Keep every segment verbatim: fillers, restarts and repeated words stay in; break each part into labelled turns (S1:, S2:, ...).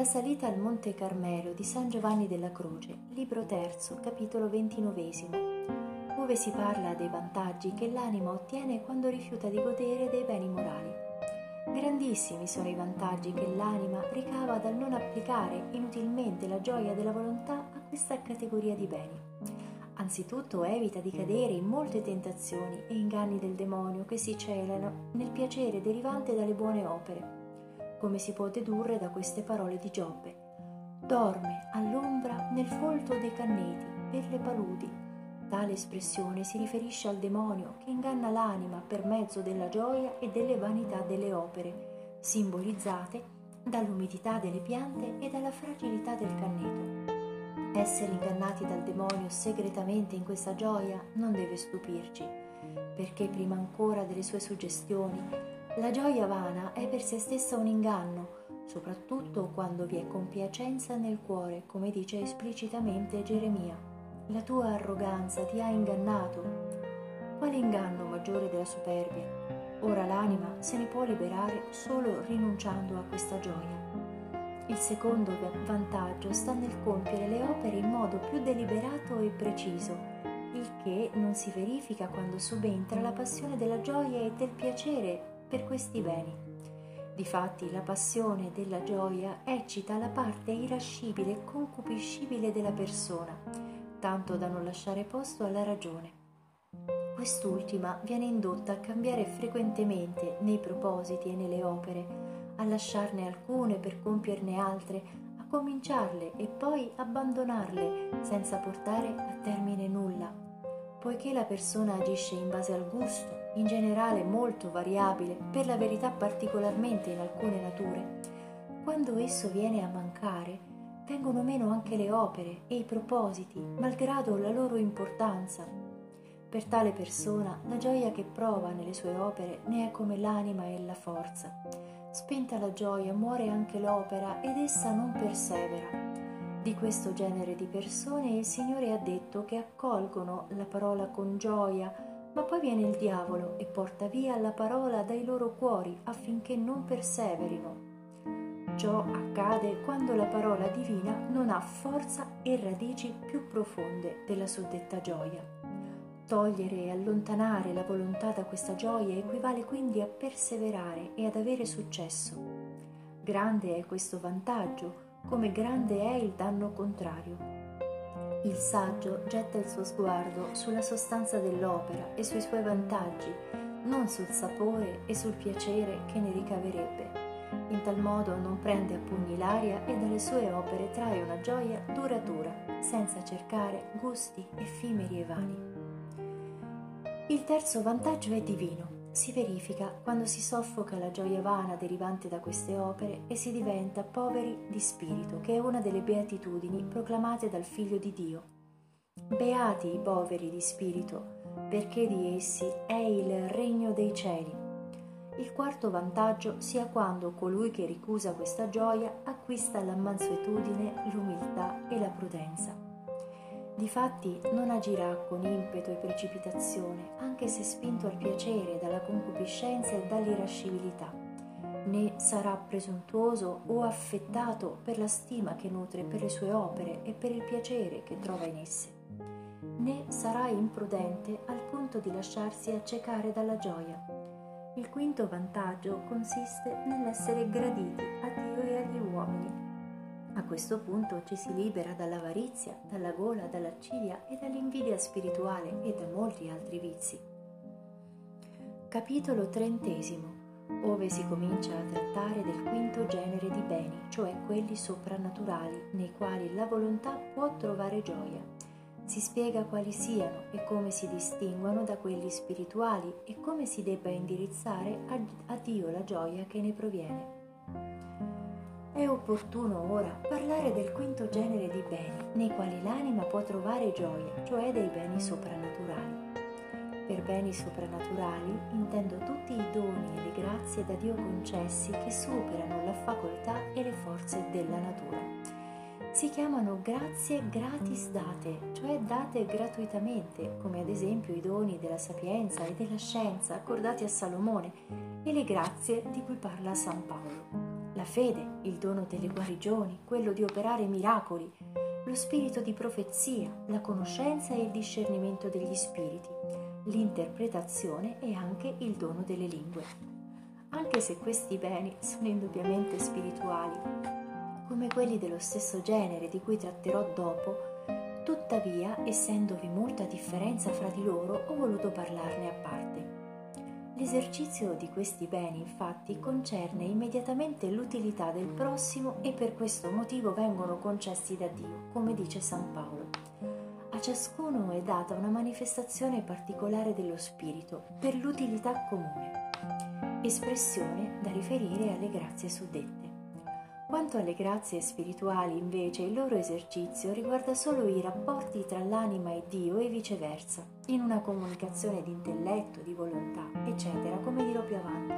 S1: salita al Monte Carmelo di San Giovanni della Croce, libro terzo, capitolo ventinovesimo, dove si parla dei vantaggi che l'anima ottiene quando rifiuta di godere dei beni morali. Grandissimi sono i vantaggi che l'anima ricava dal non applicare inutilmente la gioia della volontà a questa categoria di beni. Anzitutto evita di cadere in molte tentazioni e inganni del demonio che si celano nel piacere derivante dalle buone opere, come si può dedurre da queste parole di Giobbe. Dorme all'ombra nel folto dei canneti, per le paludi. Tale espressione si riferisce al demonio che inganna l'anima per mezzo della gioia e delle vanità delle opere, simbolizzate dall'umidità delle piante e dalla fragilità del canneto. Essere ingannati dal demonio segretamente in questa gioia non deve stupirci, perché prima ancora delle sue suggestioni, la gioia vana è per se stessa un inganno, soprattutto quando vi è compiacenza nel cuore, come dice esplicitamente Geremia. La tua arroganza ti ha ingannato. Quale inganno maggiore della superbia? Ora l'anima se ne può liberare solo rinunciando a questa gioia. Il secondo vantaggio sta nel compiere le opere in modo più deliberato e preciso, il che non si verifica quando subentra la passione della gioia e del piacere per questi beni. Difatti la passione della gioia eccita la parte irascibile e concupiscibile della persona, tanto da non lasciare posto alla ragione. Quest'ultima viene indotta a cambiare frequentemente nei propositi e nelle opere, a lasciarne alcune per compierne altre, a cominciarle e poi abbandonarle senza portare a termine nulla, poiché la persona agisce in base al gusto, in generale molto variabile, per la verità particolarmente in alcune nature. Quando esso viene a mancare, vengono meno anche le opere e i propositi, malgrado la loro importanza. Per tale persona, la gioia che prova nelle sue opere ne è come l'anima e la forza. Spenta la gioia, muore anche l'opera ed essa non persevera. Di questo genere di persone il Signore ha detto che accolgono la parola con gioia, ma poi viene il diavolo e porta via la parola dai loro cuori affinché non perseverino. Ciò accade quando la parola divina non ha forza e radici più profonde della suddetta gioia. Togliere e allontanare la volontà da questa gioia equivale quindi a perseverare e ad avere successo. Grande è questo vantaggio, come grande è il danno contrario. Il saggio getta il suo sguardo sulla sostanza dell'opera e sui suoi vantaggi, non sul sapore e sul piacere che ne ricaverebbe. In tal modo non prende a pugni l'aria e dalle sue opere trae una gioia duratura, senza cercare gusti effimeri e vani. Il terzo vantaggio è divino. Si verifica quando si soffoca la gioia vana derivante da queste opere e si diventa poveri di spirito, che è una delle beatitudini proclamate dal Figlio di Dio. Beati i poveri di spirito, perché di essi è il regno dei cieli. Il quarto vantaggio sia quando colui che ricusa questa gioia acquista la mansuetudine, l'umiltà e la prudenza. Difatti non agirà con impeto e precipitazione, anche se spinto al piacere dalla concupiscenza e dall'irascibilità, né sarà presuntuoso o affettato per la stima che nutre per le sue opere e per il piacere che trova in esse, né sarà imprudente al punto di lasciarsi accecare dalla gioia. Il quinto vantaggio consiste nell'essere graditi a Dio e agli uomini. A questo punto ci si libera dall'avarizia, dalla gola, dalla lascivia e dall'invidia spirituale e da molti altri vizi. Capitolo trentesimo, ove si comincia a trattare del quinto genere di beni, cioè quelli soprannaturali, nei quali la volontà può trovare gioia. Si spiega quali siano e come si distinguano da quelli spirituali e come si debba indirizzare a, a Dio la gioia che ne proviene. È opportuno ora parlare del quinto genere di beni, nei quali l'anima può trovare gioia, cioè dei beni soprannaturali. Per beni soprannaturali intendo tutti i doni e le grazie da Dio concessi che superano la facoltà e le forze della natura. Si chiamano grazie gratis date, cioè date gratuitamente, come ad esempio i doni della sapienza e della scienza accordati a Salomone e le grazie di cui parla San Paolo. la fede, il dono delle guarigioni, quello di operare miracoli, lo spirito di profezia, la conoscenza e il discernimento degli spiriti, l'interpretazione e anche il dono delle lingue. Anche se questi beni sono indubbiamente spirituali, come quelli dello stesso genere di cui tratterò dopo, tuttavia, essendovi molta differenza fra di loro, ho voluto parlarne a parte. L'esercizio di questi beni, infatti, concerne immediatamente l'utilità del prossimo e per questo motivo vengono concessi da Dio, come dice San Paolo. A ciascuno è data una manifestazione particolare dello Spirito per l'utilità comune, espressione da riferire alle grazie suddette. Quanto alle grazie spirituali, invece, il loro esercizio riguarda solo i rapporti tra l'anima e Dio e viceversa, in una comunicazione di intelletto, di volontà, eccetera, come dirò più avanti.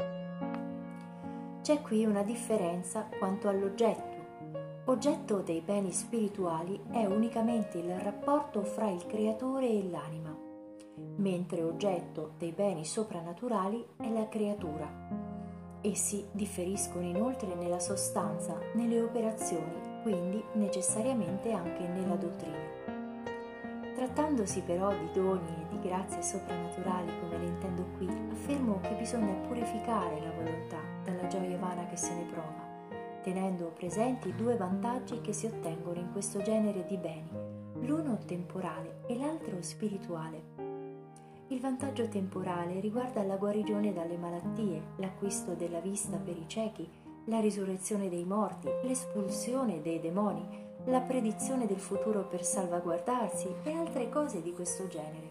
S1: C'è qui una differenza quanto all'oggetto. Oggetto dei beni spirituali è unicamente il rapporto fra il creatore e l'anima, mentre oggetto dei beni soprannaturali è la creatura. Essi differiscono inoltre nella sostanza, nelle operazioni, quindi necessariamente anche nella dottrina. Trattandosi però di doni e di grazie soprannaturali come le intendo qui, affermo che bisogna purificare la volontà dalla gioia vana che se ne prova, tenendo presenti due vantaggi che si ottengono in questo genere di beni, l'uno temporale e l'altro spirituale. Il vantaggio temporale riguarda la guarigione dalle malattie, l'acquisto della vista per i ciechi, la risurrezione dei morti, l'espulsione dei demoni, la predizione del futuro per salvaguardarsi e altre cose di questo genere.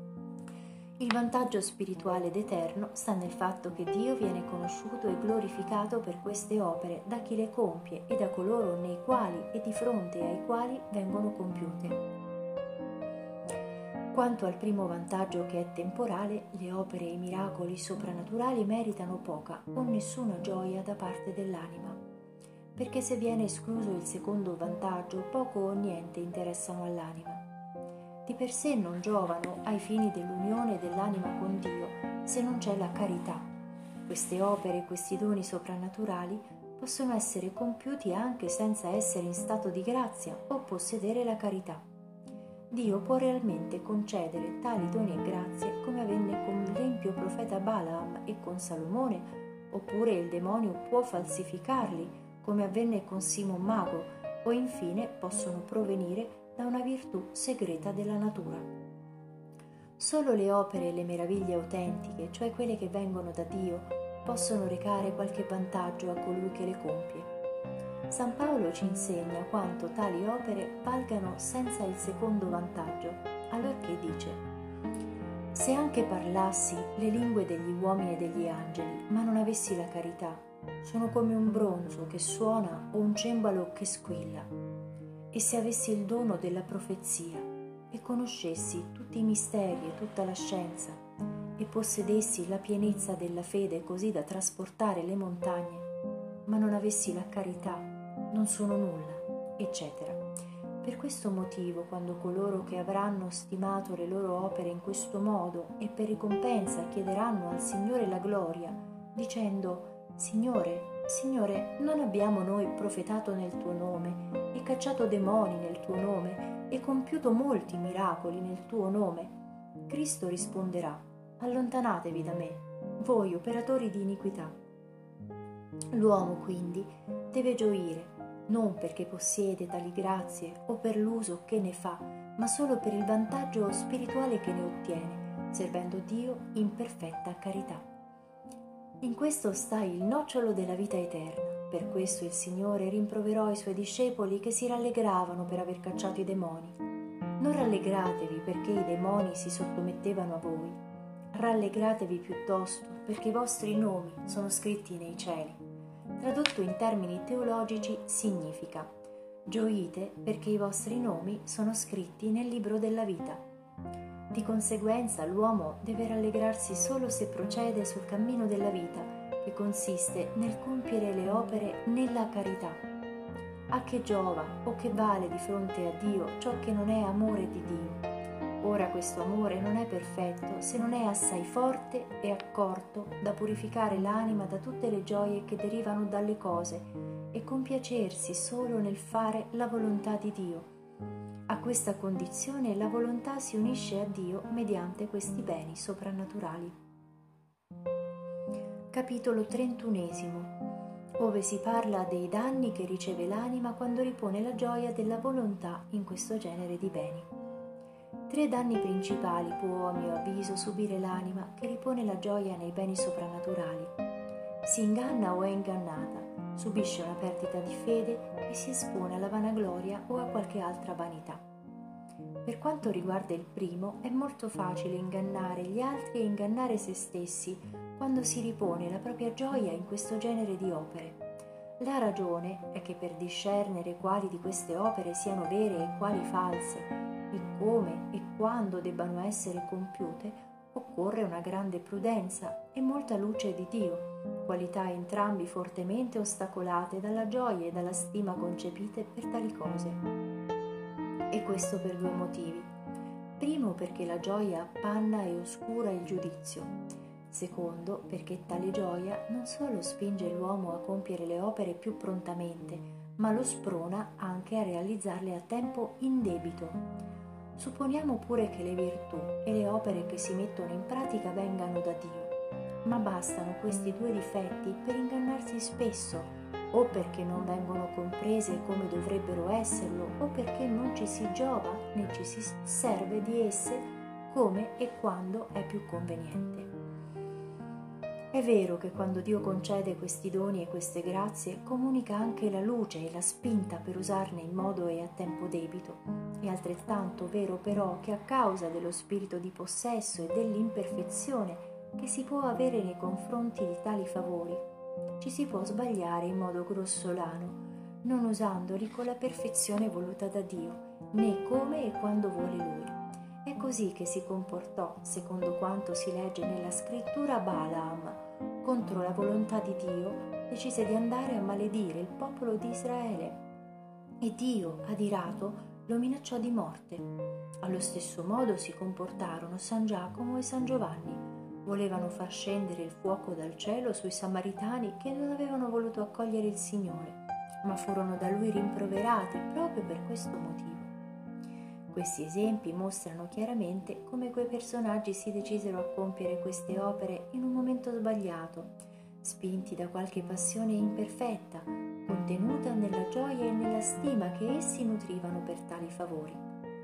S1: Il vantaggio spirituale ed eterno sta nel fatto che Dio viene conosciuto e glorificato per queste opere da chi le compie e da coloro nei quali e di fronte ai quali vengono compiute. Quanto al primo vantaggio, che è temporale, le opere e i miracoli soprannaturali meritano poca o nessuna gioia da parte dell'anima, perché se viene escluso il secondo vantaggio, poco o niente interessano all'anima. Di per sé non giovano ai fini dell'unione dell'anima con Dio se non c'è la carità. Queste opere e questi doni soprannaturali possono essere compiuti anche senza essere in stato di grazia o possedere la carità. Dio può realmente concedere tali doni e grazie come avvenne con l'empio profeta Balaam e con Salomone, oppure il demonio può falsificarli come avvenne con Simon Mago, o infine possono provenire da una virtù segreta della natura. Solo le opere e le meraviglie autentiche, cioè quelle che vengono da Dio, possono recare qualche vantaggio a colui che le compie. San Paolo ci insegna quanto tali opere valgano senza il secondo vantaggio, allorché dice: «Se anche parlassi le lingue degli uomini e degli angeli, ma non avessi la carità, sono come un bronzo che suona o un cembalo che squilla. E se avessi il dono della profezia e conoscessi tutti i misteri e tutta la scienza e possedessi la pienezza della fede così da trasportare le montagne, ma non avessi la carità, non sono nulla», eccetera. Per questo motivo, quando coloro che avranno stimato le loro opere in questo modo e per ricompensa chiederanno al Signore la gloria, dicendo: «Signore, Signore, non abbiamo noi profetato nel tuo nome e cacciato demoni nel tuo nome e compiuto molti miracoli nel tuo nome?» Cristo risponderà: «Allontanatevi da me, voi operatori di iniquità». L'uomo quindi deve gioire, non perché possiede tali grazie o per l'uso che ne fa, ma solo per il vantaggio spirituale che ne ottiene, servendo Dio in perfetta carità. In questo sta il nocciolo della vita eterna. Per questo il Signore rimproverò i Suoi discepoli che si rallegravano per aver cacciato i demoni. Non rallegratevi perché i demoni si sottomettevano a voi, rallegratevi piuttosto perché i vostri nomi sono scritti nei cieli. Tradotto in termini teologici significa: gioite perché i vostri nomi sono scritti nel libro della vita. Di conseguenza l'uomo deve rallegrarsi solo se procede sul cammino della vita, che consiste nel compiere le opere nella carità. A che giova o che vale di fronte a Dio ciò che non è amore di Dio? Ora questo amore non è perfetto se non è assai forte e accorto da purificare l'anima da tutte le gioie che derivano dalle cose e compiacersi solo nel fare la volontà di Dio. A questa condizione la volontà si unisce a Dio mediante questi beni soprannaturali. Capitolo trentunesimo, ove si parla dei danni che riceve l'anima quando ripone la gioia della volontà in questo genere di beni. Tre danni principali può, a mio avviso, subire l'anima che ripone la gioia nei beni soprannaturali. Si inganna o è ingannata, subisce una perdita di fede e si espone alla vanagloria o a qualche altra vanità. Per quanto riguarda il primo, è molto facile ingannare gli altri e ingannare se stessi quando si ripone la propria gioia in questo genere di opere. La ragione è che per discernere quali di queste opere siano vere e quali false, e come e quando debbano essere compiute, occorre una grande prudenza e molta luce di Dio, qualità entrambi fortemente ostacolate dalla gioia e dalla stima concepite per tali cose. E questo per due motivi. Primo, perché la gioia appanna e oscura il giudizio. Secondo, perché tale gioia non solo spinge l'uomo a compiere le opere più prontamente, ma lo sprona anche a realizzarle a tempo indebito. Supponiamo pure che le virtù e le opere che si mettono in pratica vengano da Dio, ma bastano questi due difetti per ingannarsi spesso, o perché non vengono comprese come dovrebbero esserlo, o perché non ci si giova né ci si serve di esse come e quando è più conveniente. È vero che quando Dio concede questi doni e queste grazie, comunica anche la luce e la spinta per usarne in modo e a tempo debito. È altrettanto vero però che a causa dello spirito di possesso e dell'imperfezione che si può avere nei confronti di tali favori, ci si può sbagliare in modo grossolano, non usandoli con la perfezione voluta da Dio, né come e quando vuole Lui. È così che si comportò, secondo quanto si legge nella scrittura, Balaam. Contro la volontà di Dio decise di andare a maledire il popolo di Israele e Dio, adirato, lo minacciò di morte. Allo stesso modo si comportarono San Giacomo e San Giovanni. Volevano far scendere il fuoco dal cielo sui Samaritani che non avevano voluto accogliere il Signore, ma furono da Lui rimproverati proprio per questo motivo. Questi esempi mostrano chiaramente come quei personaggi si decisero a compiere queste opere in un momento sbagliato, spinti da qualche passione imperfetta, contenuta nella gioia e nella stima che essi nutrivano per tali favori.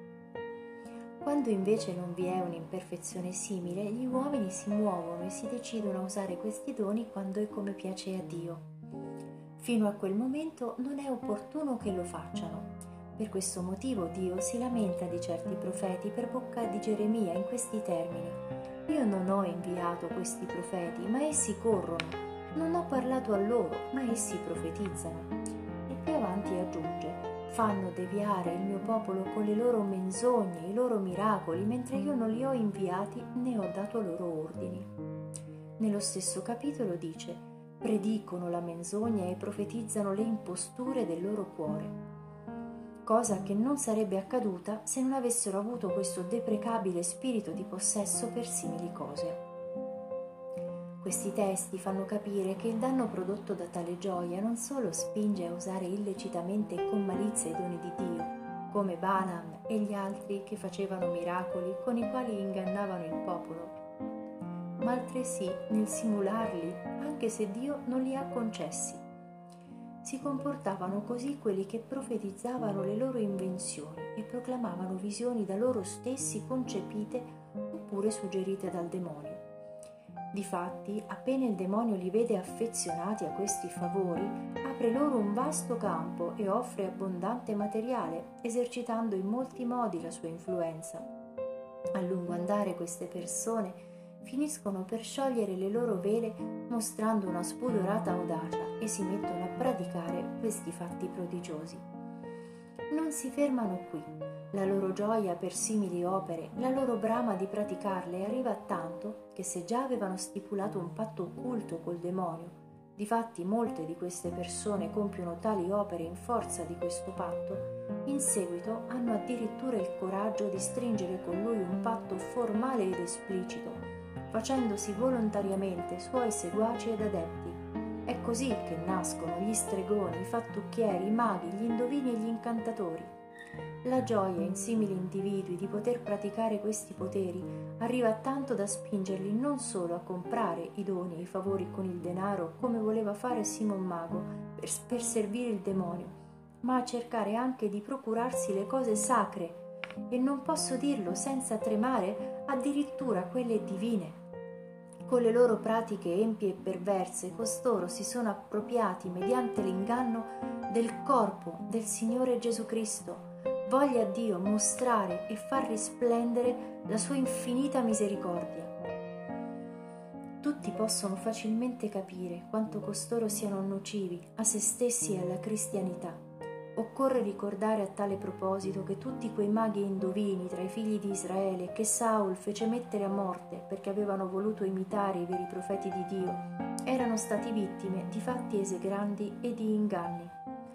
S1: Quando invece non vi è un'imperfezione simile, gli uomini si muovono e si decidono a usare questi doni quando e come piace a Dio. Fino a quel momento non è opportuno che lo facciano. Per questo motivo Dio si lamenta di certi profeti per bocca di Geremia in questi termini: Io non ho inviato questi profeti, ma essi corrono. Non ho parlato a loro, ma essi profetizzano. E più avanti aggiunge: fanno deviare il mio popolo con le loro menzogne, i loro miracoli, mentre io non li ho inviati né ho dato loro ordini. Nello stesso capitolo dice: predicono la menzogna e profetizzano le imposture del loro cuore. Cosa che non sarebbe accaduta se non avessero avuto questo deprecabile spirito di possesso per simili cose. Questi testi fanno capire che il danno prodotto da tale gioia non solo spinge a usare illecitamente e con malizia i doni di Dio, come Balaam e gli altri che facevano miracoli con i quali ingannavano il popolo, ma altresì nel simularli anche se Dio non li ha concessi. Si comportavano così quelli che profetizzavano le loro invenzioni e proclamavano visioni da loro stessi concepite oppure suggerite dal demonio. Difatti, appena il demonio li vede affezionati a questi favori, apre loro un vasto campo e offre abbondante materiale, esercitando in molti modi la sua influenza. A lungo andare queste persone finiscono per sciogliere le loro vele mostrando una spudorata audacia e si mettono a praticare questi fatti prodigiosi. Non si fermano qui. La loro gioia per simili opere, la loro brama di praticarle arriva a tanto che se già avevano stipulato un patto occulto col demonio, Difatti molte di queste persone compiono tali opere in forza di questo patto, in seguito hanno addirittura il coraggio di stringere con lui un patto formale ed esplicito, facendosi volontariamente suoi seguaci ed adepti. È così che nascono gli stregoni, i fattucchieri, i maghi, gli indovini e gli incantatori. La gioia in simili individui di poter praticare questi poteri arriva tanto da spingerli non solo a comprare i doni e i favori con il denaro, come voleva fare Simon Mago per, per servire il demonio, ma a cercare anche di procurarsi le cose sacre, e non posso dirlo senza tremare, addirittura quelle divine. Con le loro pratiche empie e perverse, costoro si sono appropriati mediante l'inganno del corpo del Signore Gesù Cristo. Voglia Dio mostrare e far risplendere la sua infinita misericordia. Tutti possono facilmente capire quanto costoro siano nocivi a se stessi e alla cristianità. Occorre ricordare a tale proposito che tutti quei maghi e indovini tra i figli di Israele che Saul fece mettere a morte perché avevano voluto imitare i veri profeti di Dio erano stati vittime di fatti esegrandi e di inganni.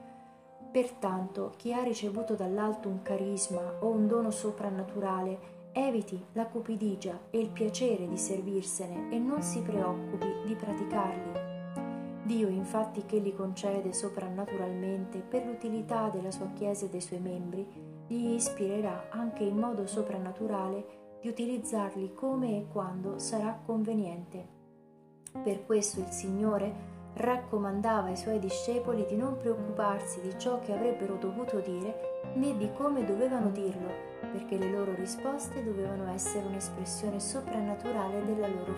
S1: Pertanto, chi ha ricevuto dall'alto un carisma o un dono soprannaturale eviti la cupidigia e il piacere di servirsene e non si preoccupi di praticarli. Dio, infatti, che li concede soprannaturalmente per l'utilità della sua Chiesa e dei suoi membri, gli ispirerà anche in modo soprannaturale di utilizzarli come e quando sarà conveniente. Per questo il Signore raccomandava ai suoi discepoli di non preoccuparsi di ciò che avrebbero dovuto dire né di come dovevano dirlo, perché le loro risposte dovevano essere un'espressione soprannaturale della loro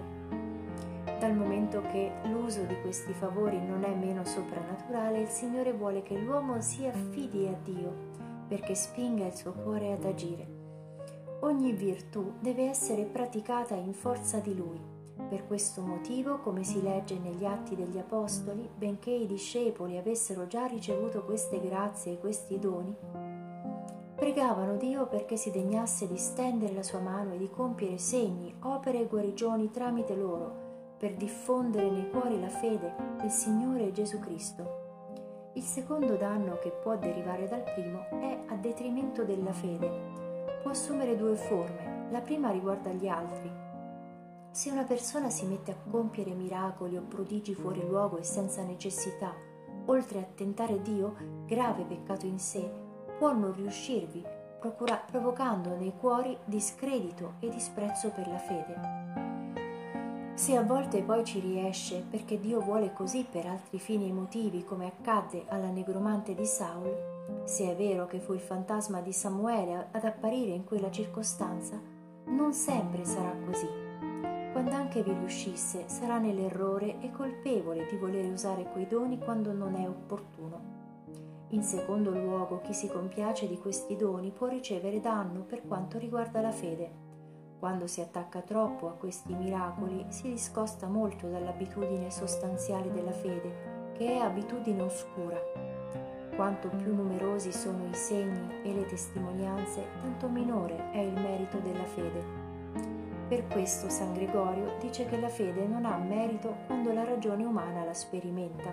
S1: fede. Dal momento che l'uso di questi favori non è meno soprannaturale, il Signore vuole che l'uomo si affidi a Dio, perché spinga il suo cuore ad agire. Ogni virtù deve essere praticata in forza di Lui. Per questo motivo, come si legge negli Atti degli Apostoli, benché i discepoli avessero già ricevuto queste grazie e questi doni, pregavano Dio perché si degnasse di stendere la sua mano e di compiere segni, opere e guarigioni tramite loro, per diffondere nei cuori la fede del Signore Gesù Cristo. Il secondo danno che può derivare dal primo è a detrimento della fede. Può assumere due forme. La prima riguarda gli altri. Se una persona si mette a compiere miracoli o prodigi fuori luogo e senza necessità, oltre a tentare Dio, grave peccato in sé, può non riuscirvi, procura- provocando nei cuori discredito e disprezzo per la fede. Se a volte poi ci riesce perché Dio vuole così per altri fini e motivi, come accadde alla negromante di Saul, se è vero che fu il fantasma di Samuele ad apparire in quella circostanza, non sempre sarà così. Quando anche vi riuscisse, sarà nell'errore e colpevole di volere usare quei doni quando non è opportuno. In secondo luogo, chi si compiace di questi doni può ricevere danno per quanto riguarda la fede. Quando si attacca troppo a questi miracoli, si discosta molto dall'abitudine sostanziale della fede, che è abitudine oscura. Quanto più numerosi sono i segni e le testimonianze, tanto minore è il merito della fede. Per questo San Gregorio dice che la fede non ha merito quando la ragione umana la sperimenta.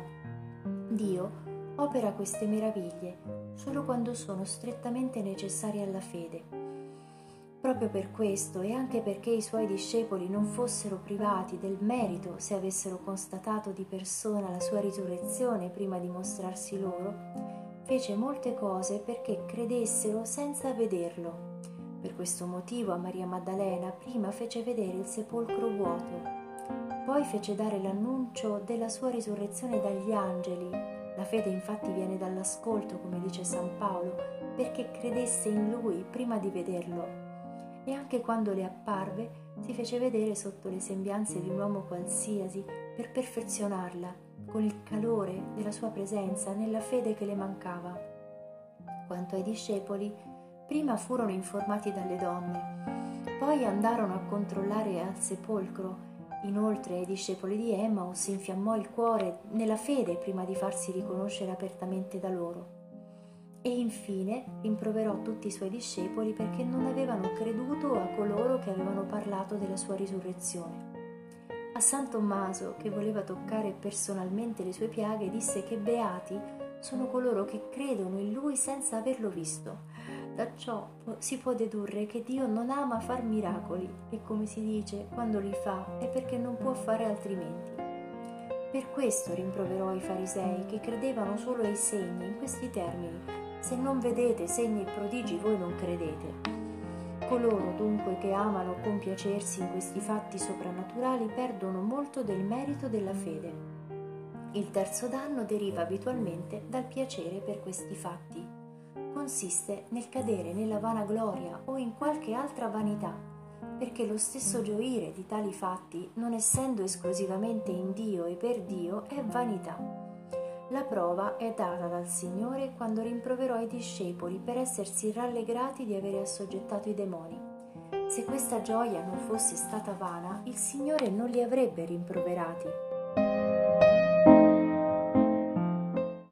S1: Dio opera queste meraviglie solo quando sono strettamente necessarie alla fede. Proprio per questo, e anche perché i suoi discepoli non fossero privati del merito se avessero constatato di persona la sua risurrezione prima di mostrarsi loro, fece molte cose perché credessero senza vederlo. Per questo motivo a Maria Maddalena prima fece vedere il sepolcro vuoto, poi fece dare l'annuncio della sua risurrezione dagli angeli. La fede infatti viene dall'ascolto, come dice San Paolo, perché credesse in lui prima di vederlo. E anche quando le apparve, si fece vedere sotto le sembianze di un uomo qualsiasi per perfezionarla, con il calore della sua presenza nella fede che le mancava. Quanto ai discepoli, prima furono informati dalle donne, poi andarono a controllare al sepolcro. Inoltre ai discepoli di Emmaus si infiammò il cuore nella fede prima di farsi riconoscere apertamente da loro. E infine rimproverò tutti i suoi discepoli perché non avevano creduto a coloro che avevano parlato della sua risurrezione. A San Tommaso, che voleva toccare personalmente le sue piaghe, disse che beati sono coloro che credono in lui senza averlo visto. Da ciò si può dedurre che Dio non ama far miracoli e, come si dice, quando li fa è perché non può fare altrimenti. Per questo rimproverò i farisei che credevano solo ai segni in questi termini: se non vedete segni e prodigi voi non credete. Coloro dunque che amano compiacersi in questi fatti soprannaturali perdono molto del merito della fede. Il terzo danno deriva abitualmente dal piacere per questi fatti. Consiste nel cadere nella vanagloria o in qualche altra vanità, perché lo stesso gioire di tali fatti, non essendo esclusivamente in Dio e per Dio, è vanità. La prova è data dal Signore quando rimproverò i discepoli per essersi rallegrati di avere assoggettato i demoni. Se questa gioia non fosse stata vana, il Signore non li avrebbe rimproverati.